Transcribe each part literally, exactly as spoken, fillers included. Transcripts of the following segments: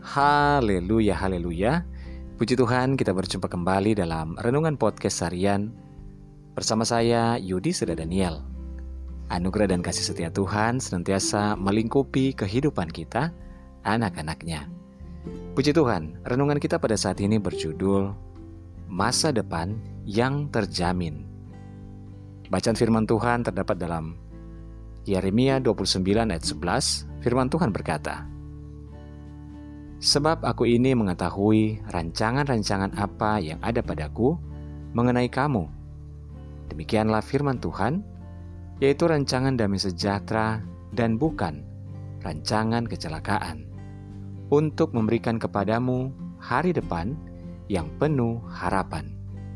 Haleluya, haleluya. Puji Tuhan, kita berjumpa kembali dalam Renungan Podcast Harian bersama saya, Yudi Seda Daniel. Anugerah dan kasih setia Tuhan senantiasa melingkupi kehidupan kita, anak-anaknya. Puji Tuhan, renungan kita pada saat ini berjudul Masa Depan yang Terjamin. Bacaan firman Tuhan terdapat dalam Yeremia dua puluh sembilan ayat sebelas. Firman Tuhan berkata, "Sebab aku ini mengetahui rancangan-rancangan apa yang ada padaku mengenai kamu. Demikianlah firman Tuhan, yaitu rancangan damai sejahtera dan bukan rancangan kecelakaan, untuk memberikan kepadamu hari depan yang penuh harapan."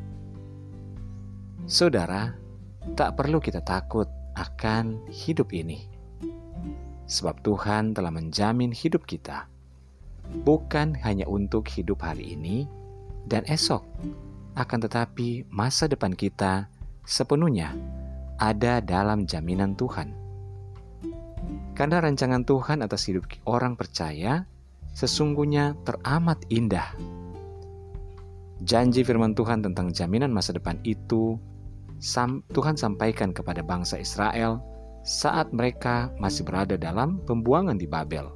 Saudara, tak perlu kita takut akan hidup ini, sebab Tuhan telah menjamin hidup kita. Bukan hanya untuk hidup hari ini dan esok, akan tetapi masa depan kita sepenuhnya ada dalam jaminan Tuhan. Karena rancangan Tuhan atas hidup orang percaya sesungguhnya teramat indah. Janji firman Tuhan tentang jaminan masa depan itu Tuhan sampaikan kepada bangsa Israel saat mereka masih berada dalam pembuangan di Babel.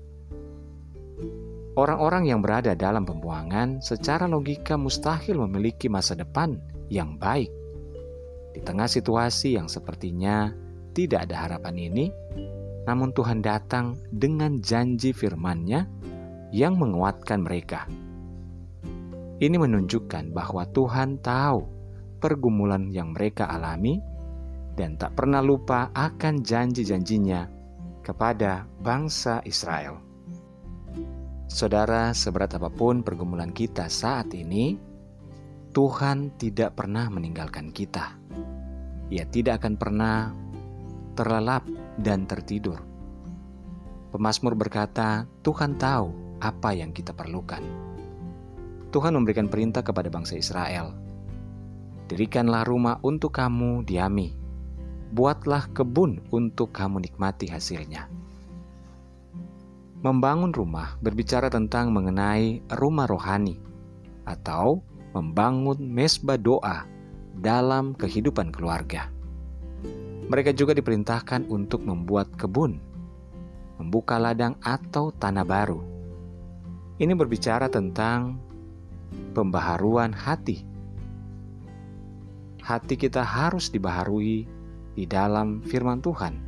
Orang-orang yang berada dalam pembuangan secara logika mustahil memiliki masa depan yang baik. Di tengah situasi yang sepertinya tidak ada harapan ini, namun Tuhan datang dengan janji firman-Nya yang menguatkan mereka. Ini menunjukkan bahwa Tuhan tahu pergumulan yang mereka alami dan tak pernah lupa akan janji-janjinya kepada bangsa Israel. Saudara, seberat apapun pergumulan kita saat ini, Tuhan tidak pernah meninggalkan kita. Ia tidak akan pernah terlelap dan tertidur. Pemazmur berkata, Tuhan tahu apa yang kita perlukan. Tuhan memberikan perintah kepada bangsa Israel, "Dirikanlah rumah untuk kamu diami, buatlah kebun untuk kamu nikmati hasilnya." Membangun rumah berbicara tentang mengenai rumah rohani atau membangun mesbah doa dalam kehidupan keluarga. Mereka juga diperintahkan untuk membuat kebun, membuka ladang atau tanah baru. Ini berbicara tentang pembaharuan hati. Hati kita harus dibaharui di dalam firman Tuhan.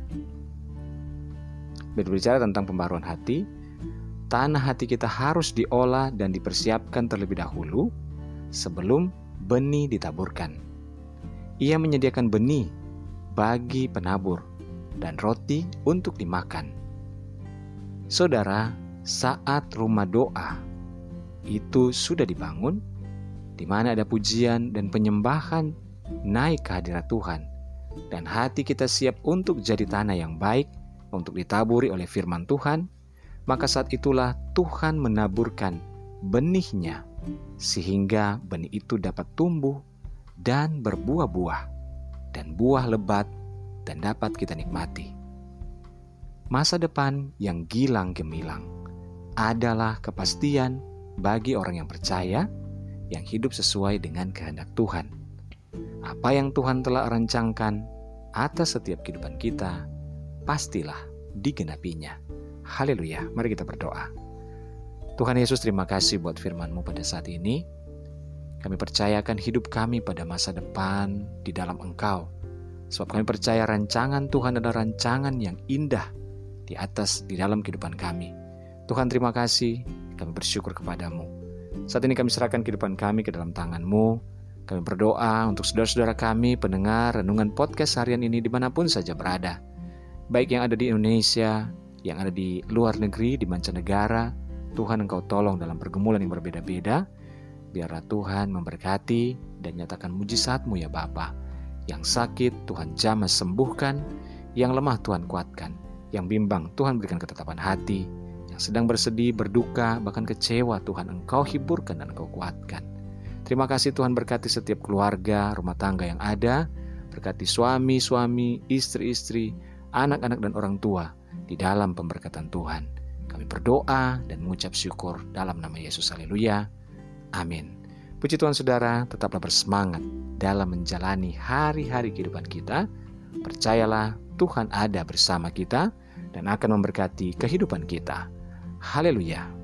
Berbicara tentang pembaharuan hati, tanah hati kita harus diolah dan dipersiapkan terlebih dahulu sebelum benih ditaburkan. Ia menyediakan benih bagi penabur dan roti untuk dimakan. Saudara, saat rumah doa itu sudah dibangun, di mana ada pujian dan penyembahan naik ke hadirat Tuhan, dan hati kita siap untuk jadi tanah yang baik untuk ditaburi oleh firman Tuhan, maka saat itulah Tuhan menaburkan benihnya sehingga benih itu dapat tumbuh dan berbuah-buah dan buah lebat dan dapat kita nikmati. Masa depan yang gilang gemilang adalah kepastian bagi orang yang percaya yang hidup sesuai dengan kehendak Tuhan. Apa yang Tuhan telah rancangkan atas setiap kehidupan kita pastilah digenapinya. Haleluya, mari kita berdoa. Tuhan Yesus, terima kasih buat firman-Mu pada saat ini. Kami percayakan hidup kami pada masa depan di dalam Engkau, sebab kami percaya rancangan Tuhan adalah rancangan yang indah di atas, di dalam kehidupan kami. Tuhan, terima kasih, kami bersyukur kepadamu. Saat ini kami serahkan kehidupan kami ke dalam tangan-Mu. Kami berdoa untuk saudara-saudara kami pendengar Renungan Podcast Harian ini dimanapun saja berada, baik yang ada di Indonesia, yang ada di luar negeri, di mancanegara. Tuhan, Engkau tolong dalam pergumulan yang berbeda-beda. Biarlah Tuhan memberkati dan nyatakan mujizat-Mu ya Bapa. Yang sakit Tuhan jamah sembuhkan, yang lemah Tuhan kuatkan, yang bimbang Tuhan berikan ketetapan hati, yang sedang bersedih, berduka, bahkan kecewa Tuhan Engkau hiburkan dan Engkau kuatkan. Terima kasih Tuhan, berkati setiap keluarga, rumah tangga yang ada, berkati suami-suami, istri-istri, anak-anak dan orang tua di dalam pemberkatan Tuhan. Kami berdoa dan mengucap syukur dalam nama Yesus. Haleluya. Amin. Puji Tuhan saudara, tetaplah bersemangat dalam menjalani hari-hari kehidupan kita. Percayalah Tuhan ada bersama kita dan akan memberkati kehidupan kita. Haleluya.